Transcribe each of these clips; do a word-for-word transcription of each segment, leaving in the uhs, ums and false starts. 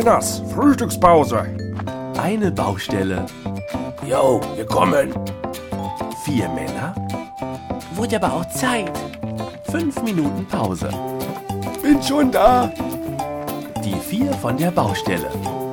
Männers, Frühstückspause. Eine Baustelle. Jo, wir kommen. Vier Männer. Wurde aber auch Zeit. Fünf Minuten Pause. Bin schon da. Die vier von der Baustelle.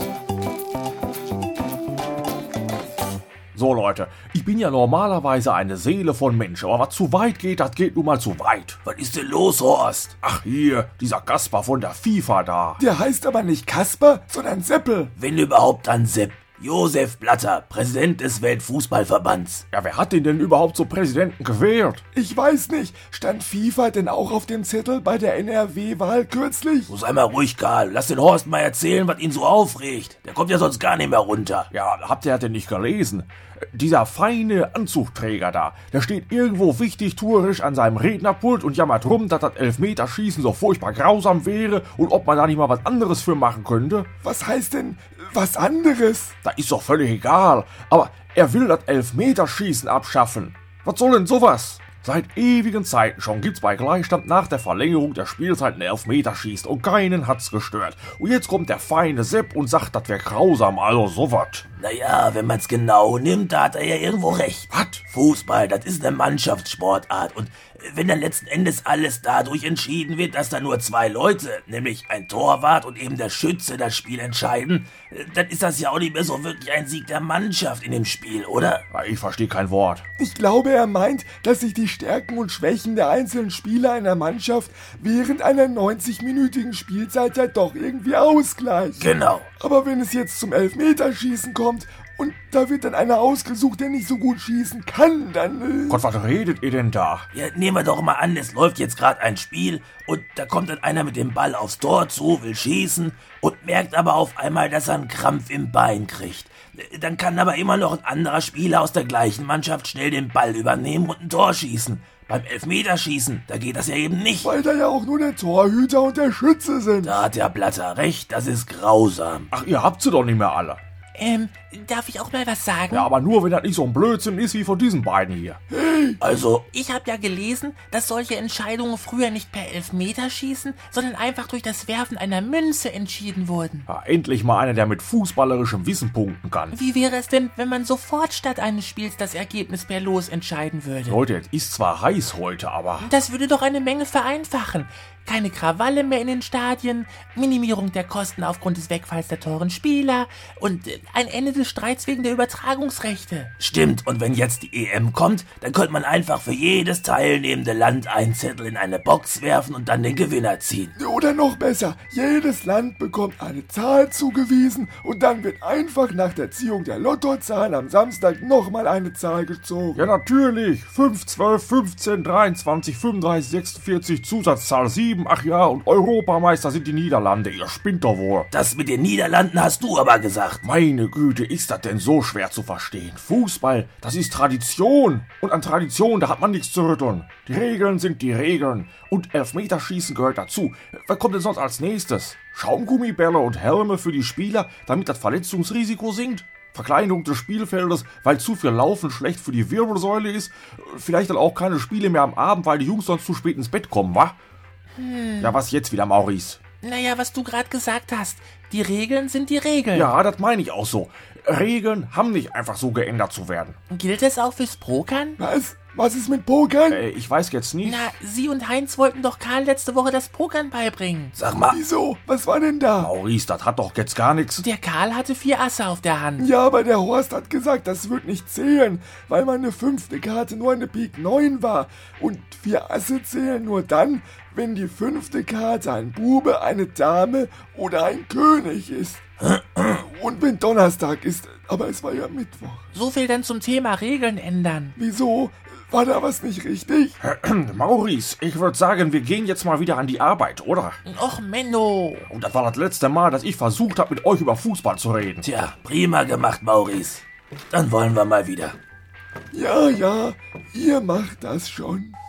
So Leute, ich bin ja normalerweise eine Seele von Mensch, aber was zu weit geht, das geht nun mal zu weit. Was ist denn los, Horst? Ach hier, dieser Kasper von der FIFA da. Der heißt aber nicht Kasper, sondern Seppel. Wenn überhaupt, dann Sepp. Josef Blatter, Präsident des Weltfußballverbands. Ja, wer hat den denn überhaupt zum Präsidenten gewählt? Ich weiß nicht, stand FIFA denn auch auf dem Zettel bei der N R W-Wahl kürzlich? So sei mal ruhig, Karl. Lass den Horst mal erzählen, was ihn so aufregt. Der kommt ja sonst gar nicht mehr runter. Ja, habt ihr das denn nicht gelesen? Dieser feine Anzugträger da, der steht irgendwo wichtig tuerisch an seinem Rednerpult und jammert rum, dass das Elfmeterschießen so furchtbar grausam wäre und ob man da nicht mal was anderes für machen könnte. Was heißt denn was anderes? Da ist doch völlig egal, aber er will das Elfmeterschießen abschaffen. Was soll denn sowas? Seit ewigen Zeiten schon gibt's bei Gleichstand nach der Verlängerung der Spielzeit ein Elfmeterschießen und keinen hat's gestört. Und jetzt kommt der feine Sepp und sagt, das wäre grausam, also sowas. Naja, wenn man's genau nimmt, da hat er ja irgendwo recht. Was? Fußball, das ist eine Mannschaftssportart und wenn dann letzten Endes alles dadurch entschieden wird, dass da nur zwei Leute, nämlich ein Torwart und eben der Schütze, das Spiel entscheiden, dann ist das ja auch nicht mehr so wirklich ein Sieg der Mannschaft in dem Spiel, oder? Ja, ich verstehe kein Wort. Ich glaube, er meint, dass sich die Stärken und Schwächen der einzelnen Spieler einer Mannschaft während einer neunzig-minütigen Spielzeit ja doch irgendwie ausgleichen. Genau. Aber wenn es jetzt zum Elfmeterschießen kommt und da wird dann einer ausgesucht, der nicht so gut schießen kann, dann... Äh Gott, was redet ihr denn da? Ja, nehmen wir doch mal an, es läuft jetzt gerade ein Spiel und da kommt dann einer mit dem Ball aufs Tor zu, will schießen und merkt aber auf einmal, dass er einen Krampf im Bein kriegt. Dann kann aber immer noch ein anderer Spieler aus der gleichen Mannschaft schnell den Ball übernehmen und ein Tor schießen. Beim Elfmeterschießen, da geht das ja eben nicht. Weil da ja auch nur der Torhüter und der Schütze sind. Da hat der Blatter recht, das ist grausam. Ach, ihr habt sie doch nicht mehr alle. Ähm, darf ich auch mal was sagen? Ja, aber nur, wenn das nicht so ein Blödsinn ist wie von diesen beiden hier. Also, Ich habe ja gelesen, dass solche Entscheidungen früher nicht per Elfmeterschießen, sondern einfach durch das Werfen einer Münze entschieden wurden. Ja, endlich mal einer, der mit fußballerischem Wissen punkten kann. Wie wäre es denn, wenn man sofort statt eines Spiels das Ergebnis per Los entscheiden würde? Leute, es ist zwar heiß heute, aber... Das würde doch eine Menge vereinfachen. Keine Krawalle mehr in den Stadien, Minimierung der Kosten aufgrund des Wegfalls der teuren Spieler und äh, ein Ende des Streits wegen der Übertragungsrechte. stimmt, und wenn jetzt die E M kommt, dann könnte man einfach für jedes teilnehmende Land einen Zettel in eine Box werfen und dann den Gewinner ziehen. Oder noch besser, jedes Land bekommt eine Zahl zugewiesen und dann wird einfach nach der Ziehung der Lottozahlen am Samstag nochmal eine Zahl gezogen. Ja, natürlich. fünf, zwölf, fünfzehn, dreiundzwanzig, fünfunddreißig, sechsundvierzig, Zusatzzahl sieben, ach ja, und Europameister sind die Niederlande. Ihr spinnt doch wohl. Das mit den Niederlanden hast du aber gesagt. Meine Güte, ist das denn so schwer zu verstehen? Fußball, das ist Tradition. Und an Tradition, da hat man nichts zu rütteln. Die Regeln sind die Regeln. Und Elfmeterschießen gehört dazu. Was kommt denn sonst als nächstes? Schaumgummibälle und Helme für die Spieler, damit das Verletzungsrisiko sinkt? Verkleinerung des Spielfeldes, weil zu viel Laufen schlecht für die Wirbelsäule ist? Vielleicht dann auch keine Spiele mehr am Abend, weil die Jungs sonst zu spät ins Bett kommen, wa? Hm. Ja, was jetzt wieder, Maurice? Naja, was du gerade gesagt hast. Die Regeln sind die Regeln. Ja, das meine ich auch so. Regeln haben nicht einfach so geändert zu werden. Gilt es auch fürs Pokern? Was? Was ist mit Pokern? Äh, ich weiß jetzt nicht. Na, Sie und Heinz wollten doch Karl letzte Woche das Pokern beibringen. Sag mal, Wieso? Was war denn da? Maurice, das hat doch jetzt gar nichts. Der Karl hatte vier Asse auf der Hand. Ja, aber der Horst hat gesagt, das wird nicht zählen, weil meine fünfte Karte nur eine Pik neun war. Und vier Asse zählen nur dann, wenn die fünfte Karte ein Bube, eine Dame oder ein König ist. Und wenn Donnerstag ist, aber es war ja Mittwoch. So viel dann zum Thema Regeln ändern. Wieso? War da was nicht richtig? Maurice, ich würde sagen, wir gehen jetzt mal wieder an die Arbeit, oder? Och, Menno. Und das war das letzte Mal, dass ich versucht habe, mit euch über Fußball zu reden. tja, prima gemacht, Maurice. Dann wollen wir mal wieder. Ja, ja, ihr macht das schon.